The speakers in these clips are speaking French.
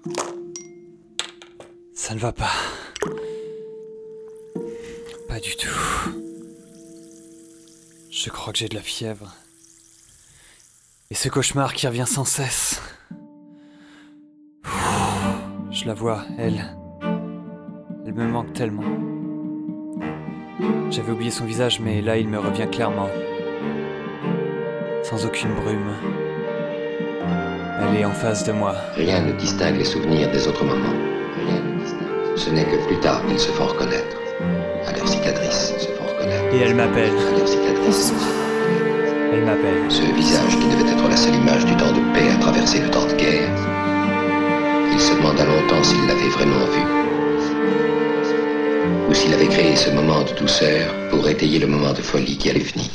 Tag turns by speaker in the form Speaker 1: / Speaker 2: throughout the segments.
Speaker 1: Ça ne va pas. Pas du tout. Je crois que j'ai de la fièvre. Et ce cauchemar qui revient sans cesse. Je la vois, elle. Elle me manque tellement. J'avais oublié son visage, mais là il me revient clairement. Sans aucune brume. Elle est en face de moi.
Speaker 2: Rien ne distingue les souvenirs des autres moments. Rien ne distingue. Ce n'est que plus tard qu'ils se font reconnaître. À leur cicatrice, se font reconnaître.
Speaker 1: Et elle m'appelle.
Speaker 2: À leur cicatrice.
Speaker 1: Elle m'appelle.
Speaker 2: Ce visage qui devait être la seule image du temps de paix a traversé le temps de guerre. Il se demanda longtemps s'il l'avait vraiment vu. Ou s'il avait créé ce moment de douceur pour étayer le moment de folie qui allait venir.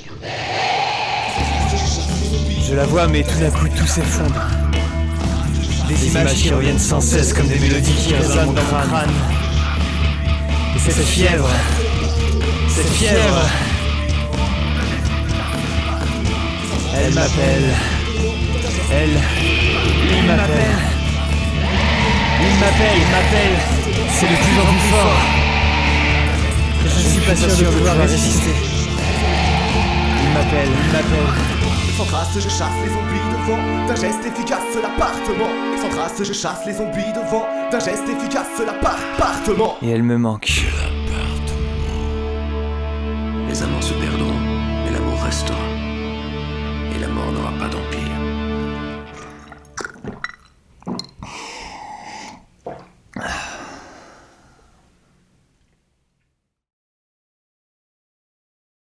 Speaker 1: Je la vois, mais tout d'un coup, tout s'effondre. Des images qui reviennent sans cesse comme des mélodies qui résonnent dans mon crâne. Et cette fièvre. Elle m'appelle. Il m'appelle. C'est de plus en plus fort. Je ne suis pas sûr de pouvoir résister. Il m'appelle.
Speaker 3: Sans trace, je chasse les zombies devant d'un geste efficace l'appartement. Sans trace, je chasse les zombies devant d'un geste efficace l'appartement.
Speaker 1: Et elle me manque.